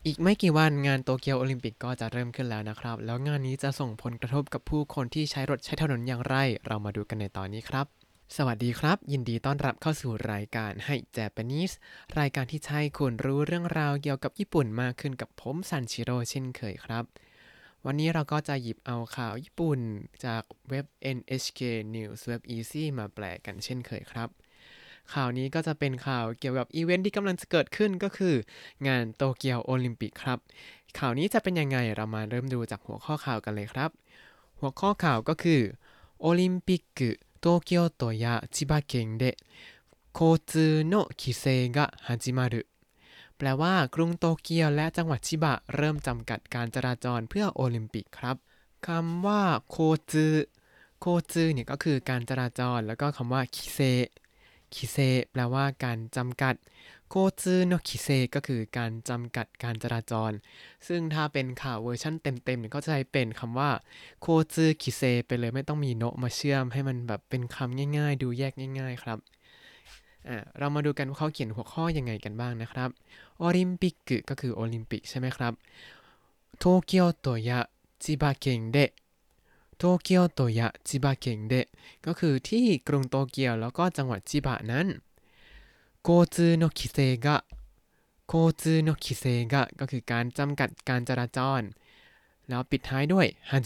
อีกไม่กี่วันงานโตเกียวโอลิมปิกก็จะเริ่มขึ้นแล้วนะครับแล้วงานนี้จะส่งผลกระทบกับผู้คนที่ใช้รถใช้ถนนอย่างไรเรามาดูกันในตอนนี้ครับสวัสดีครับยินดีต้อนรับเข้าสู่รายการให้ Japanese รายการที่ใช้คุณรู้เรื่องราวเกี่ยวกับญี่ปุ่นมากขึ้นกับผมซันชิโร่เช่นเคยครับวันนี้เราก็จะหยิบเอาข่าวญี่ปุ่นจากเว็บ NHK News Web Easy มาแปลกันเช่นเคยครับข่าวนี้ก็จะเป็นข่าวเกี่ยวกับอีเวนท์ที่กำลังจะเกิดขึ้นก็คืองานโตเกียวโอลิมปิกครับข่าวนี้จะเป็นยังไงเรามาเริ่มดูจากหัวข้อข่าวกันเลยครับหัวข้อข่าวก็คือโอลิมปิก東京都や千葉県で交通の規制が始まるแปลว่ากรุงโตเกียวและจังหวัดชิบะเริ่มจำกัดการจราจรเพื่อโอลิมปิกครับคำว่าโคจืเนี่ยก็คือการจราจรแล้วก็คำว่าคิเซแปลว่าการจำกัดโคจืโนคิเซก็คือการจำกัดการจราจรซึ่งถ้าเป็นข่าวเวอร์ชั่นเต็มๆเนี่ยก็จะใช้เป็นคำว่าโคจืคิเซไปเลยไม่ต้องมีโนะมาเชื่อมให้มันแบบเป็นคำง่ายๆดูแยกง่ายๆครับเรามาดูกันว่าเขาเขียนหัวข้อยังไงกันบ้างนะครับโอลิมปิกก็คือโอลิมปิกใช่ไหมครับโตเกียวโตยะชิบะเคนเดะโตเกียวโตยะชิบะเคนเดะก็คือที่กรุงโตเกียวแล้วก็จังหวัดชิบะนั้น交通の規制がก็คือการจำกัดการจราจรแล้วปิดท้ายด้วย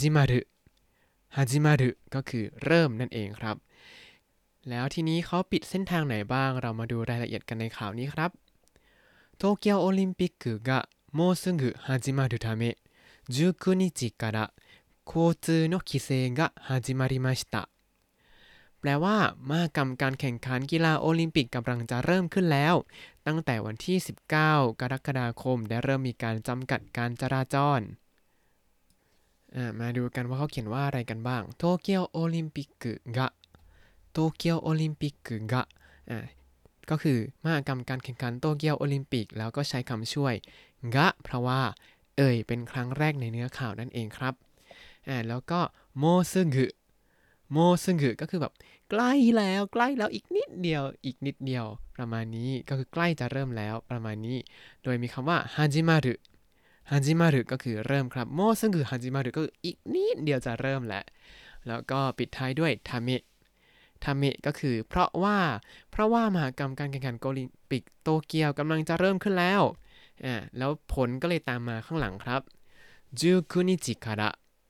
ฮัจิมารุก็คือเริ่มนั่นเองครับแล้วทีนี้เขาปิดเส้นทางไหนบ้างเรามาดูรายละเอียดกันในข่าวนี้ครับ東京オリンピックがもうすぐ始まるため19日から交通の規制が始まりましたแปลว่ามหกรรมการแข่งขันกีฬาโอลิมปิกกำลังจะเริ่มขึ้นแล้วตั้งแต่วันที่19กรกฎาคมได้เริ่มมีการจำกัดการจราจรมาดูกันว่าเขาเขียนว่าอะไรกันบ้างโตเกียวโอลิมปิกกะโตเกียวโอลิมปิกกะก็คือมหกรรมการแข่งขันโตเกียวโอลิมปิกแล้วก็ใช้คำช่วยกะเพราะว่าเป็นครั้งแรกในเนื้อข่าวนั่นเองครับแล้วก็โมซึงึโมซึงึก็คือแบบใกล้แล้วอีกนิดเดียวประมาณนี้ก็คือใกล้จะเริ่มแล้วประมาณนี้โดยมีคำว่าฮัจิมารุก็คือเริ่มครับโมซึงึฮัจิมารุก็อีกนิดเดียวจะเริ่มแล้วก็ปิดท้ายด้วยทาเมะก็คือเพราะว่ามหกรรมการแข่งขันโอลิมปิกโตเกียวกำลังจะเริ่มขึ้นแล้วแล้วผลก็เลยตามมาข้างหลังครับ19日から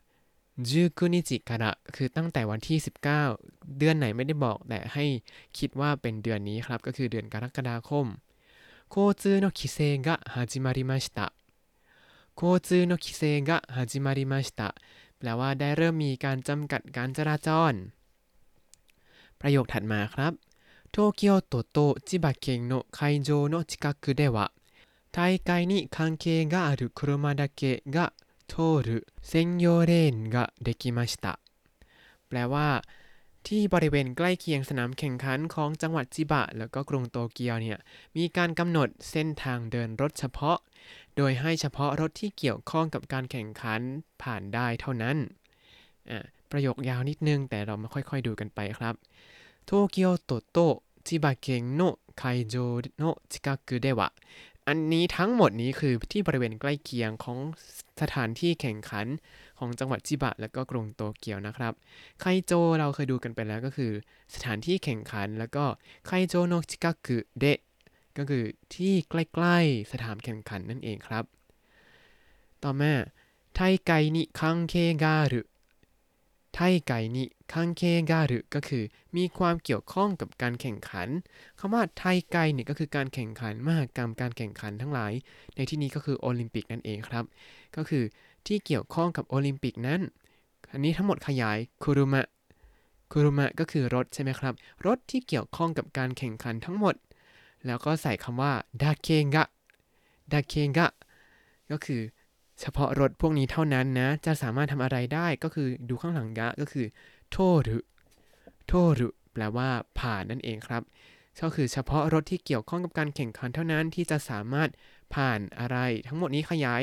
19日からคือตั้งแต่วันที่19เดือนไหนไม่ได้บอกแต่ให้คิดว่าเป็นเดือนนี้ครับก็คือเดือนกรกฎาคม交通の規制が始まりました交通の規制が始まりましたแปลว่าได้เริ่มมีการจำกัดการจราจรประโยคถัดมาครับ東京都と千葉県の会場の近くでは大会に関係がある車だけが通る専用レーンができましたแปลว่าที่บริเวณใกล้เคียงสนามแข่งขันของจังหวัดจิบะแล้วก็กรุงโตเกียวเนี่ยมีการกำหนดเส้นทางเดินรถเฉพาะโดยให้เฉพาะรถที่เกี่ยวข้องกับการแข่งขันผ่านได้เท่านั้นประโยคยาวนิดนึงแต่เรามาค่อยๆดูกันไปครับ東京都と千葉県の会場の近くではอันนี้ทั้งหมดนี้คือที่บริเวณใกล้เคียงของสถานที่แข่งขันของจังหวัดชิบะและก็กรุงโตเกียวนะครับไคโจเราเคยดูกันไปแล้วก็คือสถานที่แข่งขันแล้วก็ไคโจโนะชิกากุเดะก็คือที่ใกล้ๆสถานแข่งขันนั่นเองครับต่อมาไทไกนิคังเคการุไทไกนิคังเคการุก็คือมีความเกี่ยวข้องกับการแข่งขันคำว่าไทไกเนี่ยก็คือการแข่งขันมหกรรมการแข่งขันทั้งหลายในที่นี้ก็คือโอลิมปิกนั่นเองครับก็คือที่เกี่ยวข้องกับโอลิมปิกนั้นอันนี้ทั้งหมดขยายคุรุมะก็คือรถใช่ไหมครับรถที่เกี่ยวข้องกับการแข่งขันทั้งหมดแล้วก็ใส่คำว่าดาเคงะก็คือเฉพาะรถพวกนี้เท่านั้นนะจะสามารถทำอะไรได้ก็คือดูข้างหลังกะก็คือโทรุแปลว่าผ่านนั่นเองครับก็คือเฉพาะรถที่เกี่ยวข้องกับการแข่งขันเท่านั้นที่จะสามารถผ่านอะไรทั้งหมดนี้ขยาย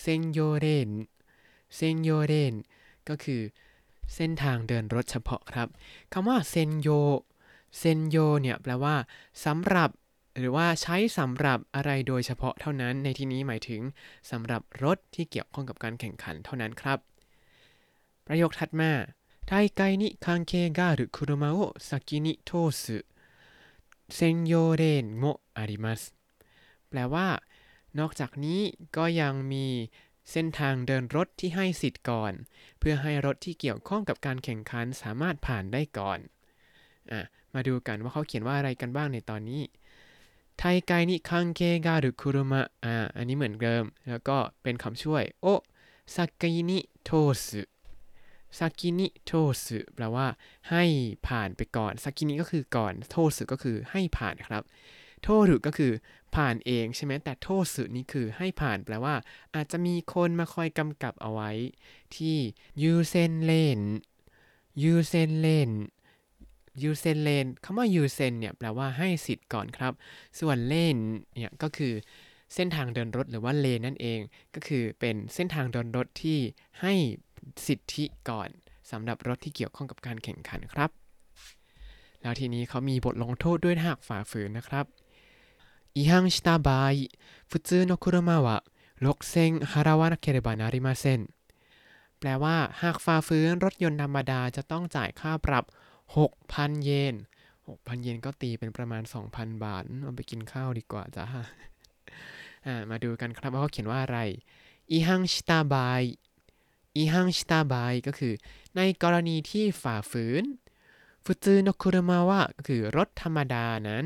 เซนโยเรนก็คือเส้นทางเดินรถเฉพาะครับคำว่าเซนโยเนี่ยแปลว่าสำหรับหรือว่าใช้สำหรับอะไรโดยเฉพาะเท่านั้นในที่นี้หมายถึงสำหรับรถที่เกี่ยวข้องกับการแข่งขันเท่านั้นครับประโยคถัดมา大会に関係がある車を先に通す専用レーンもありますแปลว่านอกจากนี้ก็ยังมีเส้นทางเดินรถที่ให้สิทธิ์ก่อนเพื่อให้รถที่เกี่ยวข้องกับการแข่งขันสามารถผ่านได้ก่อนมาดูกันว่าเขาเขียนว่าอะไรกันบ้างในตอนนี้大会に関係がある車อันนี้เหมือนเดิมแล้วก็เป็นคำช่วยโอ先に通すซากินิโทสึแปลว่าให้ผ่านไปก่อนซากินิก็คือก่อนโทสึก็คือให้ผ่านครับโทรุก็คือผ่านเองใช่ไหมแต่โทสึนี่คือให้ผ่านแปลว่าอาจจะมีคนมาคอยกำกับเอาไว้ที่ยูเซนเลนยูเซนเลนยูเซนเลนคำว่ายูเซนเนี่ยแปลว่าให้สิทธิ์ก่อนครับส่วนเลนเนี่ยก็คือเส้นทางเดินรถหรือว่าเลนนั่นเองก็คือเป็นเส้นทางเดินรถที่ให้สิทธิก่อนสำหรับรถที่เกี่ยวข้องกับการแข่งขันครับแล้วทีนี้เขามีบทลงโทษด้วยหากฝ่าฝืนนะครับ違反した場合普通の車は6000払わなければなりませんแปลว่าหากฝ่าฝืนรถยนต์ธรรมดาจะต้องจ่ายค่าปรับ 6,000 เยน 6,000 เยนก็ตีเป็นประมาณ 2,000 บาทเอาไปกินข้าวดีกว่าจ้ามาดูกันครับว่าเขาเขียนว่าอะไร違反した場合違反した場合ก็คือในกรณีที่ฝ่าฝืน普通の車はก็คือรถธรรมดานั้น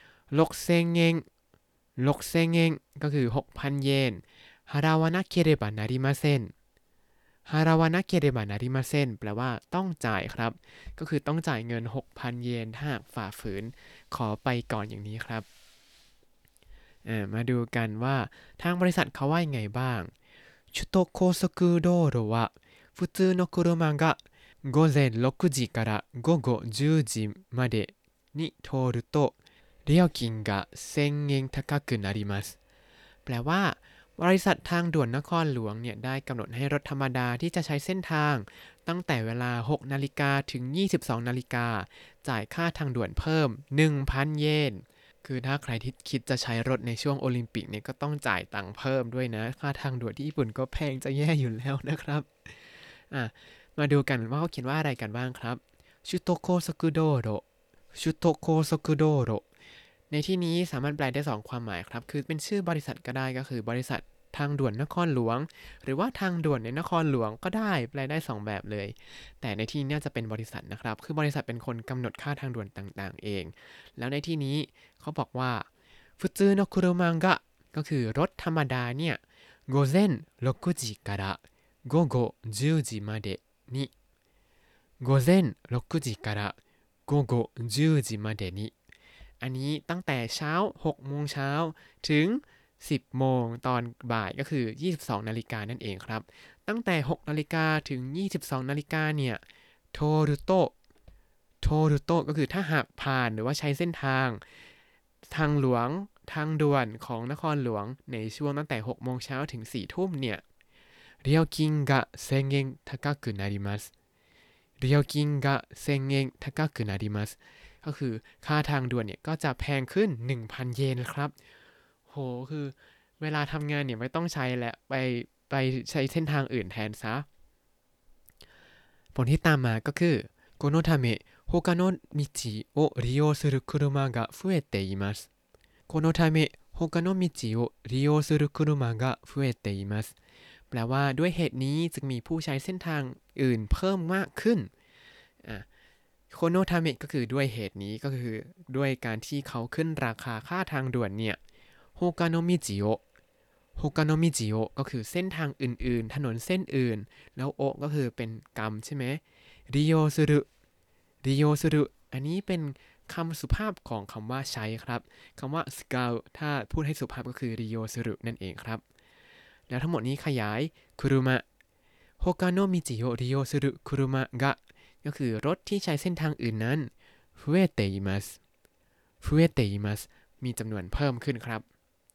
6000円6000円ก็คือ 6,000 เยน払わなければなりません払わなければなりませんแปลว่าต้องจ่ายครับก็คือต้องจ่ายเงิน 6,000 เยนถ้าหากฝ่าฝืนขอไปก่อนอย่างนี้ครับมาดูกันว่าทางบริษัทเขาว่ายังไงบ้าง首都高速道路は普通の車が午前6時から午後10時までに通ると料金が1000円高くなりますแปลว่าบริษัททางด่วนนครหลวงเนี่ยได้กำหนดให้รถธรรมดาที่จะใช้เส้นทางตั้งแต่เวลา 6 นาฬิกาถึง 22 นาฬิกาจ่ายค่าทางด่วนเพิ่ม 1,000 เยนคือถ้าใครที่คิดจะใช้รถในช่วงโอลิมปิกเนี่ยก็ต้องจ่ายตังค์เพิ่มด้วยนะค่าทางด่วนที่ญี่ปุ่นก็แพงจะแย่อยู่แล้วนะครับมาดูกันว่าเขาเขียนว่าอะไรกันบ้างครับชุโตโคซกุโดโรชุโตโคซกุโดโรในที่นี้สามารถแปลได้2ความหมายครับคือเป็นชื่อบริษัทก็ได้ก็คือบริษัททางด่วนนครหลวงหรือว่าทางด่วนในนครหลวงก็ได้แปลได้2แบบเลยแต่ในที่นี้จะเป็นบริษัทนะครับคือบริษัทเป็นคนกำหนดค่าทางด่วนต่างๆเองแล้วในที่นี้เขาบอกว่าฟุตซูโนคุรุมังกะก็คือรถธรรมดาเนี่ย午前6時から午後10時までに午前6時から午後10時までにอันนี้ตั้งแต่เช้า 6 โมงเช้าถึง10 โมงตอนบ่ายก็คือ 22 นาฬิกานั่นเองครับตั้งแต่ 6 นาฬิกาถึง 22 นาฬิกาเนี่ยโทรุโตะก็คือถ้าหากผ่านหรือว่าใช้เส้นทางหลวงทางด่วนของนครหลวงในช่วงตั้งแต่ 6 โมงเช้าถึง 4 ทุ่มเนี่ย料金が1000円高くなります料金が1000円高くなりますก็คือค่าทางด่วนเนี่ยก็จะแพงขึ้น 1,000 เยนครับโหคือเวลาทำงานเนี่ยไม่ต้องใช้แล้วไปใช้เส้นทางอื่นแทนซะผลที่ตามมาก็คือこのため他の道を利用する車が増えていますこのため他の道を利用する車が増えていますแปลว่าด้วยเหตุนี้จึงมีผู้ใช้เส้นทางอื่นเพิ่มมากขึ้นโคโนทาเมะก็คือด้วยเหตุนี้ก็คือด้วยการที่เขาขึ้นราคาค่าทางด่วนเนี่ยโฮกาโนมิจิโอก็คือเส้นทางอื่นๆถนนเส้นอื่นแล้วโอก็คือเป็นกรรมใช่ไหมริโยซุรุอันนี้เป็นคำสุภาพของคำว่าใช้ครับคำว่าสกาวถ้าพูดให้สุภาพก็คือริโยซุรุนั่นเองครับแล้วทั้งหมดนี้ขยายคุรุมะโฮกาโนมิจิโอริโยซุรุคุรุมะกะก็คือรถที่ใช้เส้นทางอื่นนั้นฟุเอเตอิมัสมีจำนวนเพิ่มขึ้นครับ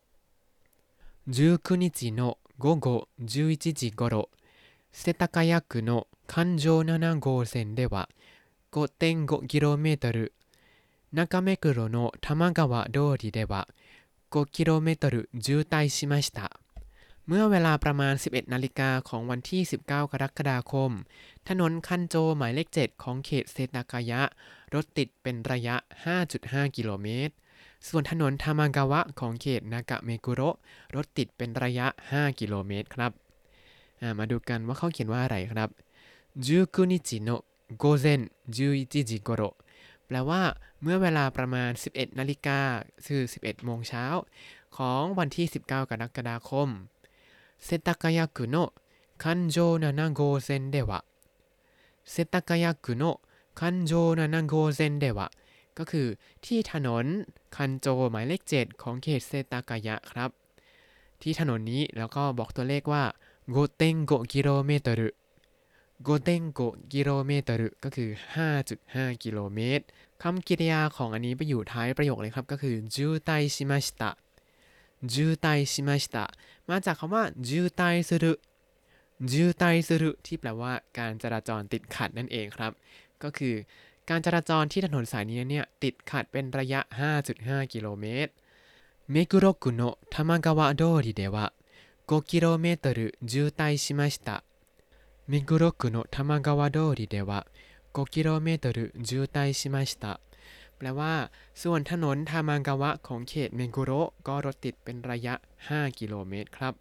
19日の午後11時頃世田谷区の環状7号線では 5.5km 中目黒の多摩川通りでは 5km 渋滞しました เมื่อเวลาประมาณ 11 นาฬิกาของวันที่ 19 กรกฎาคม ถนนคันโจหมายเลข 7 ของเขตเซตากายะ รถติดเป็นระยะ 5.5 กิโลเมตร ส่วนถนนทามากาวะของเขตนากะเมกุโระรถติดเป็นระยะ 5 กิโลเมตรครับมาดูกันว่าเขาเขียนว่าอะไรครับ19日の午前11時頃แปลว่าเมื่อเวลาประมาณ 11 นาฬิกาคือ 11 โมงเช้าของวันที่ 19 กรกฎาคม世田谷区の環状7号線では世田谷区の環状7号線ではก็คือที่ถนนคันโจหมายเลข 7 ของเขตเซตากายะครับที่ถนนนี้แล้วก็บอกตัวเลขว่า 5.5 กิโลเมตร5.5 กิโลเมตรก็คือ 5.5 กิโลเมตรคำกริยาของอันนี้ไปอยู่ท้ายประโยคเลยครับก็คือ渋滞しました渋滞しましたมาจากคำว่า渋滞する渋滞するที่แปลว่าการจราจรติดขัดนั่นเองครับก็คือการจราจรที่ถนนสายนี้เนี่ยติดขัดเป็นระยะ 5.5 กิโลเมตร目黒区の多摩川通りでは 5km 渋滞しました目黒区の多摩川通りでは 5km 渋滞しましたแปลว่าส่วนถนนทามากาวะของเขตเมกุโระก็รถติดเป็นระยะ 5 กิโลเมตรครับ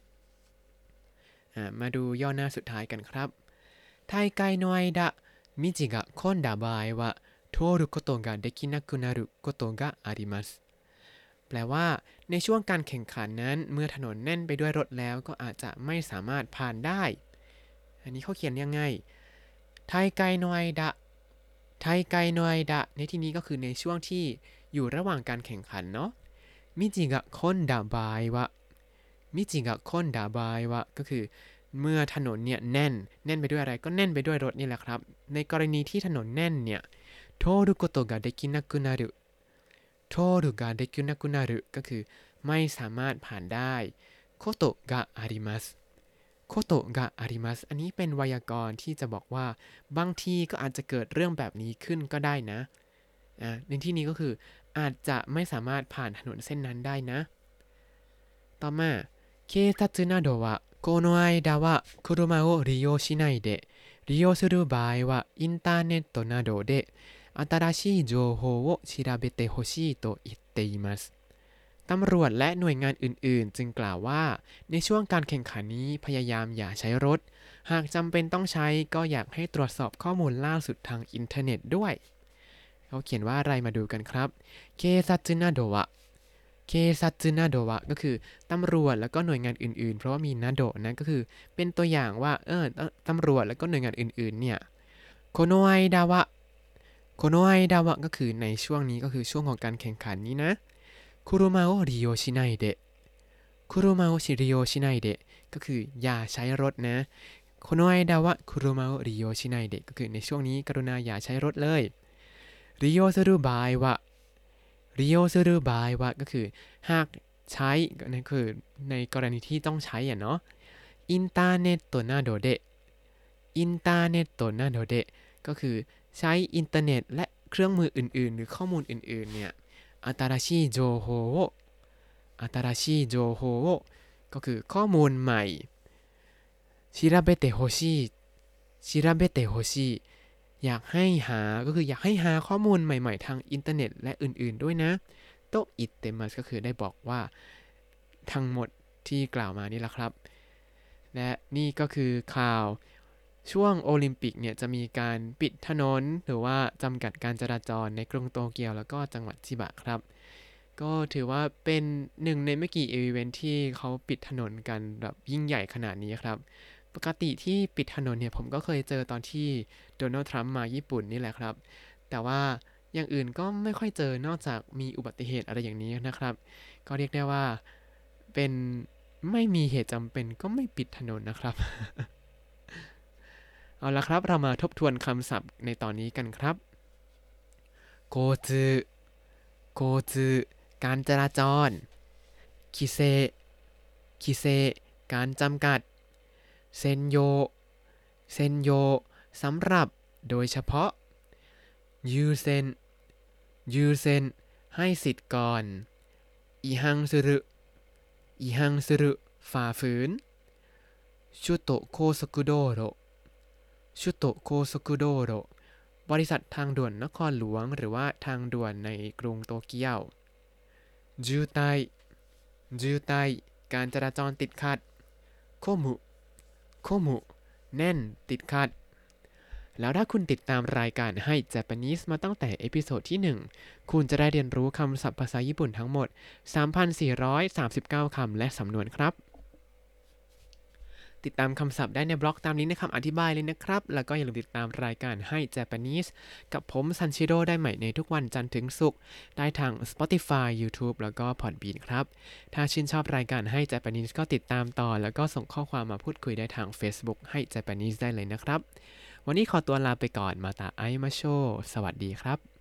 มาดูย่อหน้าสุดท้ายกันครับ大会の間道が混んだ場合は通ることができなくなることがありますแปลว่าในช่วงการแข่งขันนั้นเมื่อถนนแน่นไปด้วยรถแล้วก็อาจจะไม่สามารถผ่านได้อันนี้เขาเขียนยังไง大会の間ไทไกโนไอดะในที่นี้ก็คือในช่วงที่อยู่ระหว่างการแข่งขันเนาะมิจิกะคอนดาบายวะมิจิกะคอนดาบายวะก็คือเมื่อถนนเนี่ยแน่นไปด้วยอะไรก็แน่นไปด้วยรถนี่แหละครับในกรณีที่ถนนแน่นเนี่ยโทรุโกโตะกะเดกินักุนารุโทรุกะเดกินักุนารุก็คือไม่สามารถผ่านได้โคโตะกะอาริมัสโคโตะกะอาริมัสอันนี้เป็นไวยากรณ์ที่จะบอกว่าบางทีก็อาจจะเกิดเรื่องแบบนี้ขึ้นก็ได้นะในที่นี้ก็คืออาจจะไม่สามารถผ่านถนนเส้นนั้นได้นะต่อมา警察などはこの間は車を利用しないで利用する場合はインターネットなどで新しい情報を調べてほしいと言っていますตำรวจและหน่วยงานอื่นๆจึงกล่าวว่าในช่วงการแข่งขันนี้พยายามอย่าใช้รถหากจำเป็นต้องใช้ก็อยากให้ตรวจสอบข้อมูลล่าสุดทางอินเทอร์เน็ตด้วยเขาเขียนว่าอะไรมาดูกันครับเคซัตสึนาโดะเคซัตสึนาโดะก็คือตำรวจแล้วก็หน่วยงานอื่นๆเพราะว่ามีนาโดะนะก็คือเป็นตัวอย่างว่าตำรวจแล้วก็หน่วยงานอื่นๆเนี่ยโคโนไอดาวะโคโนไอดาวะก็คือในช่วงนี้ก็คือช่วงของการแข่งขันนี้นะคุรุมะโอริโยชิไนเดะคุรุมะโอชิริโยชิไนเดะก็คืออย่าใช้รถนะโคโนไอดาวะคุรุมะโอริโยชิไนเดะก็คือในช่วงนี้กรุณาอย่าใช้รถเลยริโยซุรุบายวะริโยซุรุบายวะก็คือหากใช้นั่นคือในกรณีที่ต้องใช้เนาะอินเทอร์เน็ตโตนาโดเดะอินเทอร์เน็ตโตนาโดเดะก็คือใช้อินเทอร์เน็ตและเครื่องมืออื่นๆหรือข้อมูลอื่นๆเนี่ย新しい情報を新しい情報をก็คือข้อมูลใหม่調べてほしい調べてほしいอยากให้หาก็คืออยากให้หาข้อมูลใหม่ๆทางอินเทอร์เน็ตและอื่นๆด้วยนะโตอิเตมัสก็คือได้บอกว่าทั้งหมดที่กล่าวมานี่แหละครับและนี่ก็คือข่าวช่วงโอลิมปิกเนี่ยจะมีการปิดถนนหรือว่าจำกัดการจราจรในกรุงโตเกียวแล้วก็จังหวัดชิบะครับก็ถือว่าเป็นหนึ่งในไม่กี่อีเวนท์ที่เขาปิดถนนกันแบบยิ่งใหญ่ขนาดนี้ครับปกติที่ปิดถนนเนี่ยผมก็เคยเจอตอนที่โดนัลด์ทรัมป์มาญี่ปุ่นนี่แหละครับแต่ว่าอย่างอื่นก็ไม่ค่อยเจอนอกจากมีอุบัติเหตุอะไรอย่างนี้นะครับก็เรียกได้ว่าเป็นไม่มีเหตุจำเป็นก็ไม่ปิดถนนนะครับ เอาละครับเรามาทบทวนคำศัพท์ในตอนนี้กันครับโกจืโกจืการจราจรคิเซคิเซการจำกัดเซนโยเซนโยสำหรับโดยเฉพาะยูเซนยูเซ็นให้สิทธิ์ก่อน違反する違反するฝ่าฝืน首都高速道路首都高速道路บริษัททางด่วนนครหลวงหรือว่าทางด่วนในกรุงโตเกียว渋滞渋滞การจราจรติดขัด混む混むแน่นติดขัดแล้วถ้าคุณติดตามรายการให้ Japanese มาตั้งแต่เอพิโซดที่1คุณจะได้เรียนรู้คำศัพท์ภาษาญี่ปุ่นทั้งหมด 3,439 คำและสำนวนครับติดตามคำศัพท์ได้ในบล็อกตามลิงก์ในคำอธิบายเลยนะครับแล้วก็อย่าลืมติดตามรายการให้ Japanese กับผมซันชิโร่ได้ใหม่ในทุกวันจันทร์ถึงศุกร์ได้ทาง Spotify YouTube แล้วก็ Podbean ครับถ้าชื่นชอบรายการให้ Japanese ก็ติดตามต่อแล้วก็ส่งข้อความมาพูดคุยได้ทาง Facebook ให้ Japanese ได้เลยนะครับวันนี้ขอตัวลาไปก่อนมาตาไอมาโชสวัสดีครับ